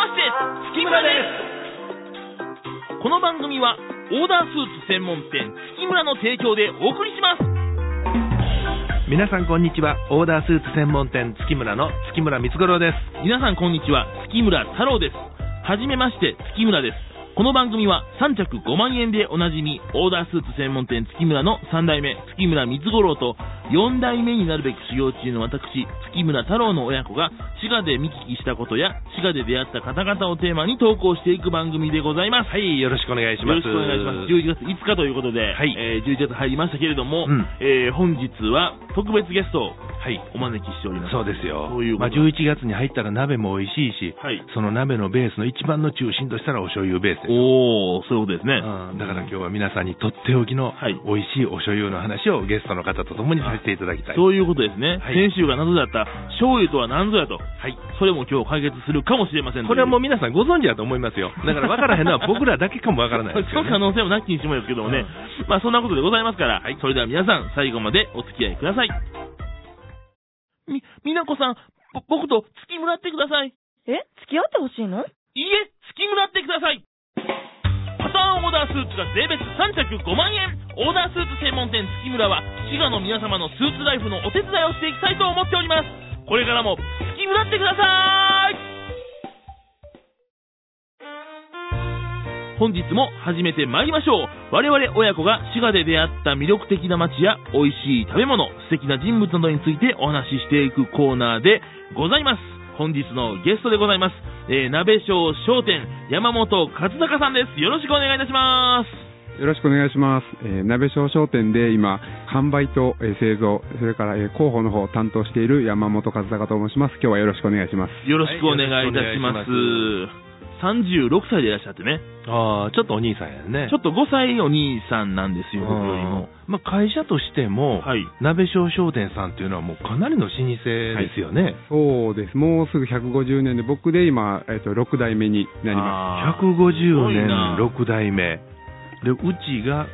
まして月村です。この番組はオーダースーツ専門店月村の提供でお送りします。 皆さんこんにちは。オーダースーツ専門店月村の月村光五郎です。 皆さんこんにちは。月村太郎です。はじめまして月村です。この番組は3着5万円でおなじみオーダースーツ専門店月村の3代目月村光五郎と4代目になるべく修行中の私月村太郎の親子が滋賀で見聞きしたことや滋賀で出会った方々をテーマに投稿していく番組でございます。 はい、よろしくお願いします。 よろしくお願いします。11月5日ということで、はい、11月入りましたけれども、本日は特別ゲストをお招きしております。 そうですよ。 そういうこと 11月に入ったら鍋も美味しいし、その鍋のベースの一番の中心としたらお醤油ベースです。 おー、そういうことですね。 だから今日は皆さんにとっておきの美味しいお醤油の話をゲストの方と共にさせていただきたい。 そういうことですね。先週が謎だった醤油とは何ぞやと。それも今日解決するかもしれません。 これはもう皆さんご存知だと思いますよ。だから分からへんのは僕らだけかも分からないですその可能性もなきにしもですけどもね。まあそんなことでございますから、それでは皆さん最後までお付き合いください。みなこさん、僕と月村ってください。 付き合ってほしいの？ いいえ、月村ってください。パターンオーダースーツが税別3着5万円。オーダースーツ専門店月村は滋賀の皆様のスーツライフのお手伝いをしていきたいと思っております。これからも月村ってください。本日も始めてまいりましょう。我々親子が滋賀で出会った魅力的な街や美味しい食べ物、素敵な人物などについてお話ししていくコーナーでございます。本日のゲストでございます。鍋商商店山本和孝さんです。よろしくお願いいたします。 よろしくお願いします。鍋商商店で今販売と製造、それから広報の方を担当している山本和孝と申します。今日はよろしくお願いします。 よろしくお願いいたします。36歳でいらっしゃってね。 ちょっとお兄さんやね。 ちょっと5歳お兄さんなんですよ、僕よりも。 会社としても、鍋商商店さんっていうのはもうかなりの老舗ですよね。 そうです。もうすぐ150年で、僕で今、6代目になります。 150年6代目。で、うちが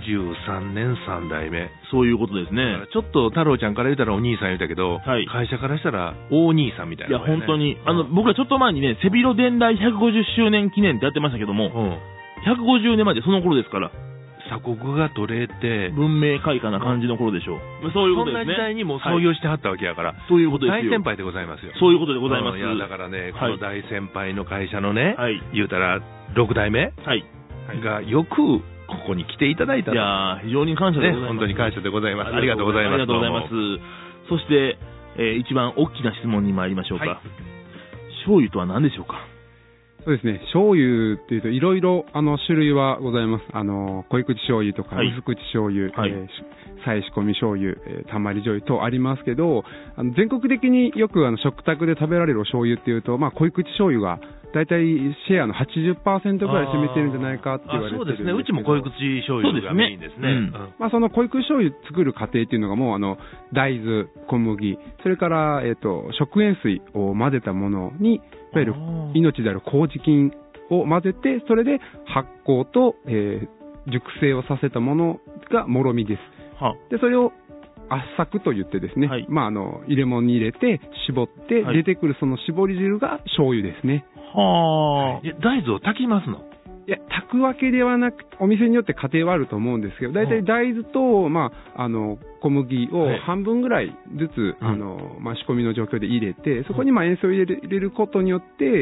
93年3代目。 そういうことですね。 ちょっと太郎ちゃんから言ったらお兄さん言うたけど、会社からしたら大兄さんみたいな、 いや、本当に。僕らちょっと前にね、背広伝来150周年記念ってやってましたけども、150年前でその頃ですから。 鎖国が取れて、 文明開化な感じの頃でしょう。そういうことですね。 そんな時代にもう創業してはったわけやから、 そういうことですよ。 大先輩でございますよ。 そういうことでございます。 いや、だからね、この大先輩の会社のね、言うたら6代目がよく、ここに来ていただいた。 いや非常に感謝でございます。 本当に感謝でございます。ありがとうございます。 ありがとうございます。そして、一番大きな質問に参りましょうか。醤油とは何でしょうか？ そうですね。醤油っていうといろいろ種類はございます。濃い口醤油とか薄口醤油、再仕込み醤油、たまり醤油とありますけど、全国的によく食卓で食べられるお醤油っていうと、濃い口醤油がだいたいシェアの 80% ぐらい占めてるんじゃないかって言われてるんですけど。 そうですね。うちも濃い口醤油がメインですね。 その濃い口醤油作る過程っていうのがもう大豆、小麦、それから食塩水を混ぜたものに、いわゆる命である麹菌を混ぜて、それで発酵と、熟成をさせたものがもろみです。で、それを圧搾と言ってですね、入れ物に入れて絞って出てくるその絞り汁が醤油ですね。 大豆を炊きますの？ いや、炊くわけではなく、お店によって家庭はあると思うんですけど、大体大豆と、小麦を半分ぐらいずつ、仕込みの状況で入れて、そこに塩水を入れることによって、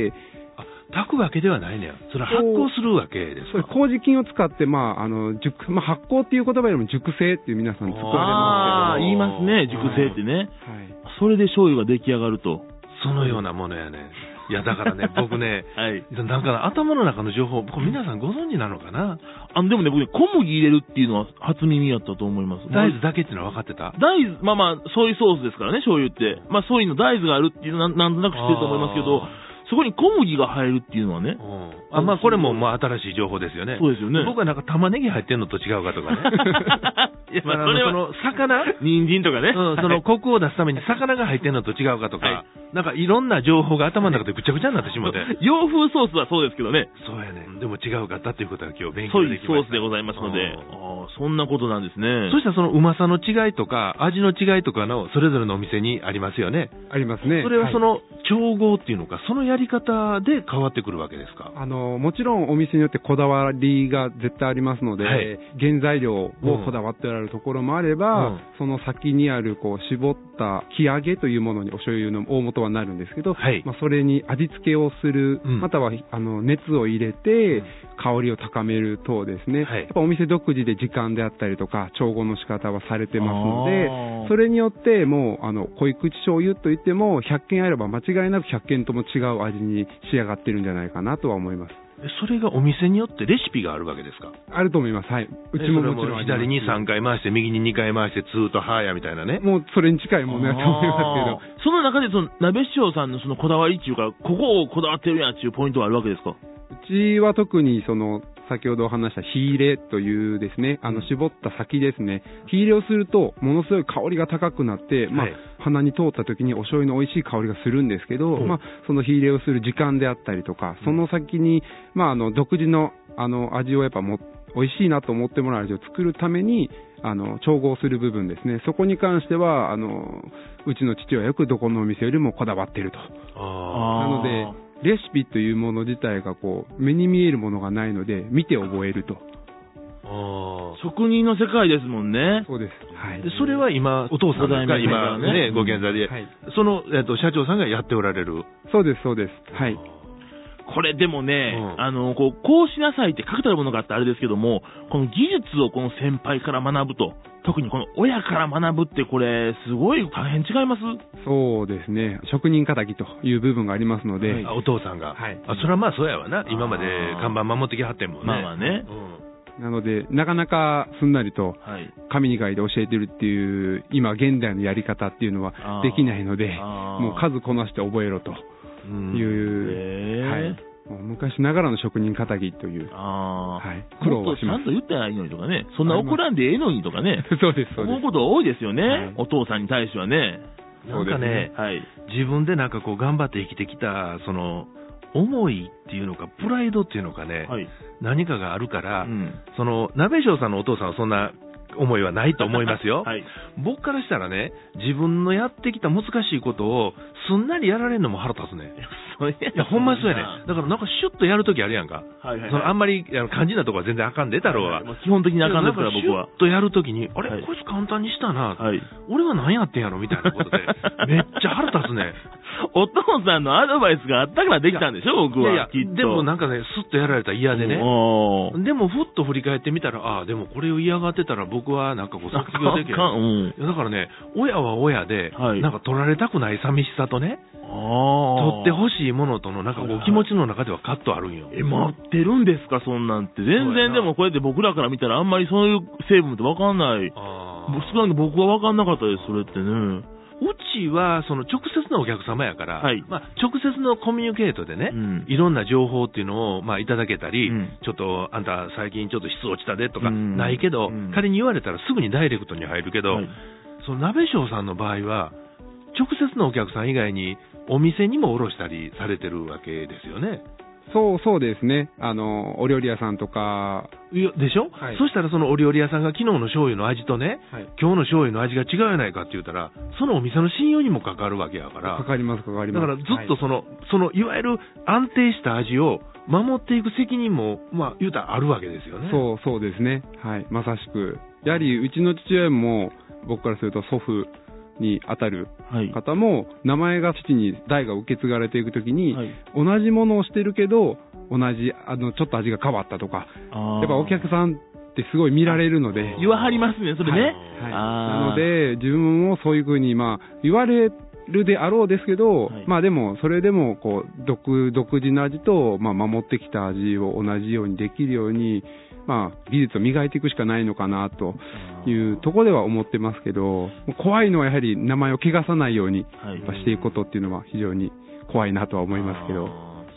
炊くわけではないね。それ発酵するわけですか？ 麹菌を使って、発酵っていう言葉よりも熟成っていう皆さん使われますけど。 言いますね、熟成ってね。それで醤油が出来上がると。 そのようなものやね。いや、だからね、僕ね、なんか頭の中の情報、皆さんご存知なのかな？ でもね、僕ね、小麦入れるっていうのは初耳やったと思います。 大豆だけっていうのは分かってた？ 大豆、ソイソースですからね、醤油って。ソイの大豆があるっていうのはなんとなく知ってると思いますけど、そこに小麦が入るっていうのはね。 これも新しい情報ですよね。 そうですよね。 僕はなんか玉ねぎ入ってんのと違うかとかね。 いや、まあ、それは、 その、魚人参とかね。 その、コクを出すために魚が入ってんのと違うかとか、なんかいろんな情報が頭の中でぐちゃぐちゃになってしまって。 洋風ソースはそうですけどね。 そうやね。でも違うかったっていうことは今日勉強できました。 ソースでございますので。そんなことなんですね。 そしたらそのうまさの違いとか、味の違いとかのそれぞれのお店にありますよね。 ありますね。 それはその、調合っていうのか、そのやり方で変わってくるわけですか？ もちろんお店によってこだわりが絶対ありますので、原材料をこだわっておられるところもあれば、その先にあるこう絞った木揚げというものにお醤油の大元はなるんですけど、まあ、それに味付けをする、または熱を入れて香りを高める等ですね、やっぱお店独自で時間であったりとか調合の仕方はされてますので、それによってもう濃い口醤油といっても100軒あれば間違いなく100軒とも違う味に仕上がってるんじゃないかなとは思います。 それがお店によってレシピがあるわけですか？ あると思います。はい。うちももちろん左に3回回して、右に2回回して、ツーとハーやみたいなね。 もうそれに近いものだと思いますけど。 その中でその鍋師匠さんのそのこだわりっていうか、ここをこだわってるやんっていうポイントはあるわけですか？ うちは特にその、先ほどお話した火入れというですね、絞った先ですね。火入れをすると、ものすごい香りが高くなって、まあ、鼻に通った時にお醤油の美味しい香りがするんですけど、まあ、その火入れをする時間であったりとか、その先に、まあ、独自の、味をやっぱ美味しいなと思ってもらう味を作るために、調合する部分ですね。そこに関しては、うちの父はよくどこのお店よりもこだわっていると。なので、レシピというもの自体がこう目に見えるものがないので見て覚えると。 職人の世界ですもんね。 そうです。はい。 でそれは今お父さんが今ねご現在で、その社長さんがやっておられる。 そうですそうです。はい。 これでもね、こうしなさいって書いてあるものがあってあれですけども、この技術をこの先輩から学ぶと、特にこの親から学ぶってこれ、すごい大変違います？ そうですね。職人仇という部分がありますので。 お父さんが。はい。それはまあそうやわな。今まで看板守ってきはってんもんね。 まあまあね。 なので、なかなかすんなりと、紙に書いて教えてるっていう、今現代のやり方っていうのはできないので、もう数こなして覚えろと。はい。昔ながらの職人仇という。 はい。苦労はします。ちゃんと言ったらいいのにとかね。そんな怒らんでええのにとかね。 そうです、そうです。 思うこと多いですよね。お父さんに対してはね。 なんかね、自分でなんかこう頑張って生きてきた、その、思いっていうのか、プライドっていうのかね、何かがあるから、その、鍋匠さんのお父さんはそんな、思いはないと思いますよ。僕からしたらね、自分のやってきた難しいことをすんなりやられるのも腹立つね。いや、ほんまにそうやね。だからなんかシュッとやるときあるやんか。あんまり肝心なとこは全然あかんで、太郎は。 基本的にあかんですから、僕は。 シュッとやるときに、あれ、こいつ簡単にしたな。俺は何やってんやろみたいなことで、めっちゃ腹立つね。 お父さんのアドバイスがあったからできたんでしょ、僕は。いやいや、 でもなんかね、スッとやられたら嫌でね。でも、ふっと振り返ってみたら、ああ、でもこれを嫌がってたら僕はなんかこう卒業できる。だからね、親は親で、なんか取られたくない寂しさとね、取ってほしいものとのなんかこう気持ちの中ではカットあるんよ。 待ってるんですか、そんなんって。全然でもこうやって僕らから見たらあんまりそういう成分ってわかんない。少なく僕はわかんなかったです、それってね。 うちは、その直接のお客様やから、まあ、直接のコミュニケートでね、いろんな情報っていうのを、まあ、いただけたり、ちょっと、あんた最近ちょっと質落ちたでとか、ないけど、仮に言われたらすぐにダイレクトに入るけど、その鍋匠さんの場合は、直接のお客さん以外に、お店にも卸したりされてるわけですよね。 そうですね。お料理屋さんとか。 いや、でしょ？そしたらそのお料理屋さんが昨日の醤油の味とね、今日の醤油の味が違うやないかって言ったら、そのお店の信用にも関わるわけやから。 関わります。 だからずっとそのいわゆる安定した味を守っていく責任も、まあ、言うたらあるわけですよね。 そうですね。はい。まさしく。やはり、うちの父親も、僕からすると祖父に当たる方も、名前が父に代が受け継がれていくときに、同じものをしてるけど、ちょっと味が変わったとか、やっぱお客さんってすごい見られるので。 言わはりますね、それね。 なので、自分もそういうふうに、まあ、言われるであろうですけど、まあでも、それでも、こう、独自の味と、まあ、守ってきた味を同じようにできるように、まあ、技術を磨いていくしかないのかなというところでは思ってますけど、怖いのはやはり名前を汚さないようにしていくことっていうのは非常に怖いなとは思いますけど。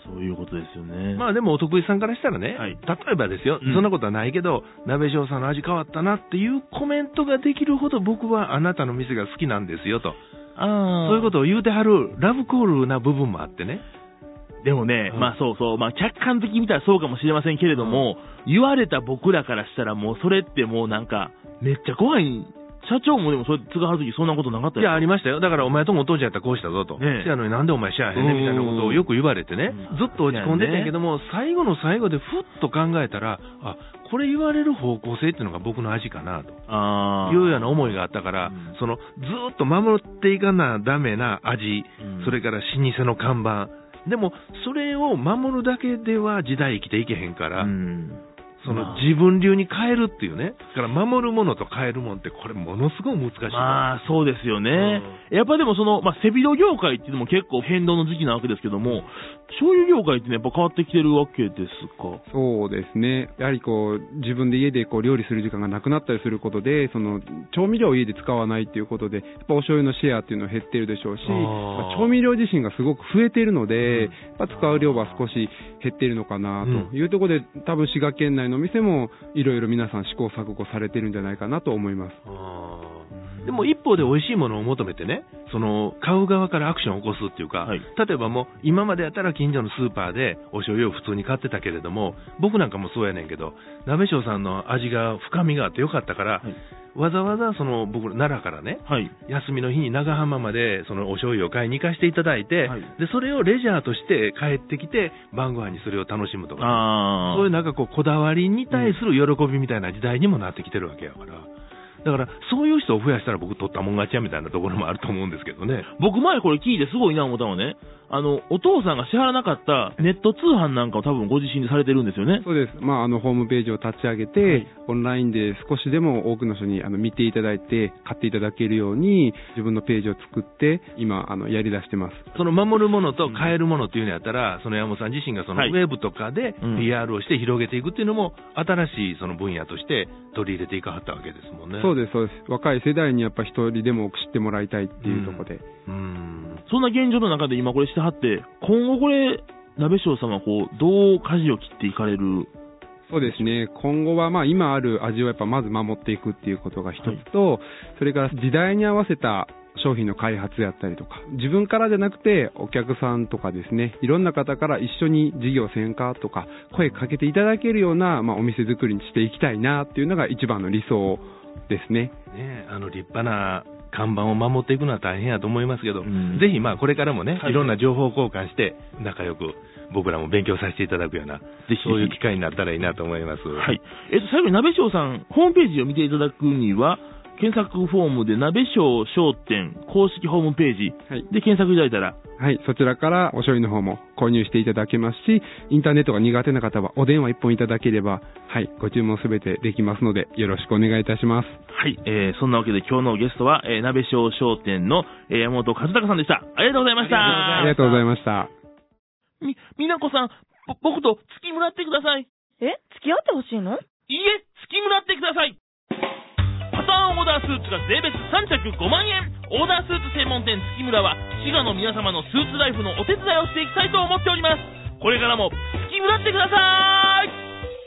そういうことですよね。 まあでもお得意さんからしたらね、例えばですよ、そんなことはないけど、鍋匠さんの味変わったなっていうコメントができるほど僕はあなたの店が好きなんですよと。そういうことを言うてはるラブコールな部分もあってね。 でもね、まあそうそう、まあ客観的に見たらそうかもしれませんけれども、言われた僕らからしたらもうそれってもうなんか、めっちゃ怖い。社長もでもそれ継がはるときそんなことなかったよ。 いや、ありましたよ。だからお前ともお父ちゃんやったらこうしたぞと。せやのになんでお前しやへんねみたいなことをよく言われてね、ずっと落ち込んでたんやけども、最後の最後でふっと考えたら、あ、これ言われる方向性っていうのが僕の味かなと。いうような思いがあったから、そのずっと守っていかなダメな味、それから老舗の看板。でも、それを守るだけでは時代生きていけへんから、その自分流に変えるっていうね。だから守るものと変えるものってこれものすごい難しい。 まあそうですよね。やっぱでもその、まあ背広業界っていうのも結構変動の時期なわけですけども、醤油業界ってね、やっぱ変わってきてるわけですか？ そうですね。やはりこう、自分で家でこう料理する時間がなくなったりすることで、その調味料を家で使わないっていうことで、やっぱお醤油のシェアっていうのは減ってるでしょうし、調味料自身がすごく増えているので、やっぱ使う量は少し減っているのかなというところで、多分滋賀県内の店もいろいろ皆さん試行錯誤されてるんじゃないかなと思います。 でも一方で美味しいものを求めてね、その買う側からアクションを起こすっていうか、例えばもう今までやったら近所のスーパーでお醤油を普通に買ってたけれども、僕なんかもそうやねんけど、鍋匠さんの味が深みがあってよかったから、わざわざその僕奈良からね、休みの日に長浜までそのお醤油を買いに行かせていただいて、でそれをレジャーとして帰ってきて晩ご飯にそれを楽しむとか、そういうなんかこうこだわりに対する喜びみたいな時代にもなってきてるわけやから。だからそういう人を増やしたら僕取ったもん勝ちやみたいなところもあると思うんですけどね。 僕前これ聞いてすごいな思ったのはね、お父さんが支払わなかったネット通販なんかを多分ご自身でされてるんですよね。 そうです。まあ、ホームページを立ち上げて、オンラインで少しでも多くの人に見ていただいて、買っていただけるように、自分のページを作って、今、やり出してます。 その守るものと変えるものっていうのやったら、その山本さん自身がそのウェブとかで PR をして広げていくっていうのも、新しいその分野として取り入れていかはったわけですもんね。 そうです、そうです。若い世代にやっぱ一人でも知ってもらいたいっていうところで。 そんな現状の中で今これしてはって、今後これ、鍋匠さんはこう、どう舵を切っていかれる？ そうですね。今後はまあ今ある味をやっぱまず守っていくっていうことが一つと、それから時代に合わせた商品の開発やったりとか、自分からじゃなくてお客さんとかですね、いろんな方から一緒に事業せんかとか声かけていただけるような、まあ、お店作りにしていきたいなっていうのが一番の理想ですね。 立派な看板を守っていくのは大変やと思いますけど、ぜひまあこれからもね、いろんな情報交換して仲良く僕らも勉強させていただくような、そういう機会になったらいいなと思います。 最後に鍋匠さん、ホームページを見ていただくには、検索フォームで鍋匠商店公式ホームページで検索いただいたら、 そちらからお醤油の方も購入していただけますし、インターネットが苦手な方はお電話1本いただければ、ご注文すべてできますので、よろしくお願いいたします。 そんなわけで今日のゲストは、鍋匠商店の山本和孝さんでした。ありがとうございました。 ありがとうございました。 みなこさん、僕と月村ってください。 付き合ってほしいの？ いいえ、月村ってください。パターンオーダースーツが税別3着5万円。オーダースーツ専門店月村は滋賀の皆様のスーツライフのお手伝いをしていきたいと思っております。これからも月村ってください。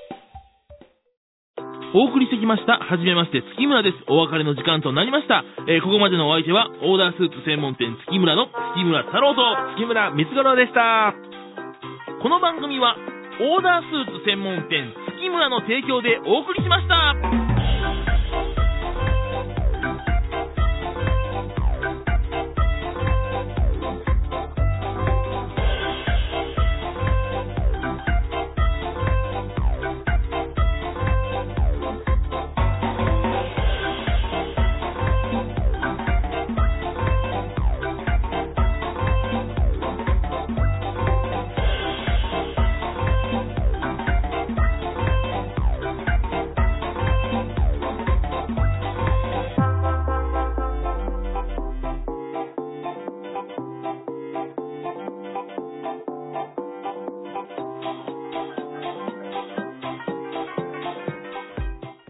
お送りしてきましたはじめまして月村です。お別れの時間となりました。ここまでのお相手はオーダースーツ専門店月村の月村太郎と月村光五郎でした。 この番組はオーダースーツ専門店月村の提供でお送りしました。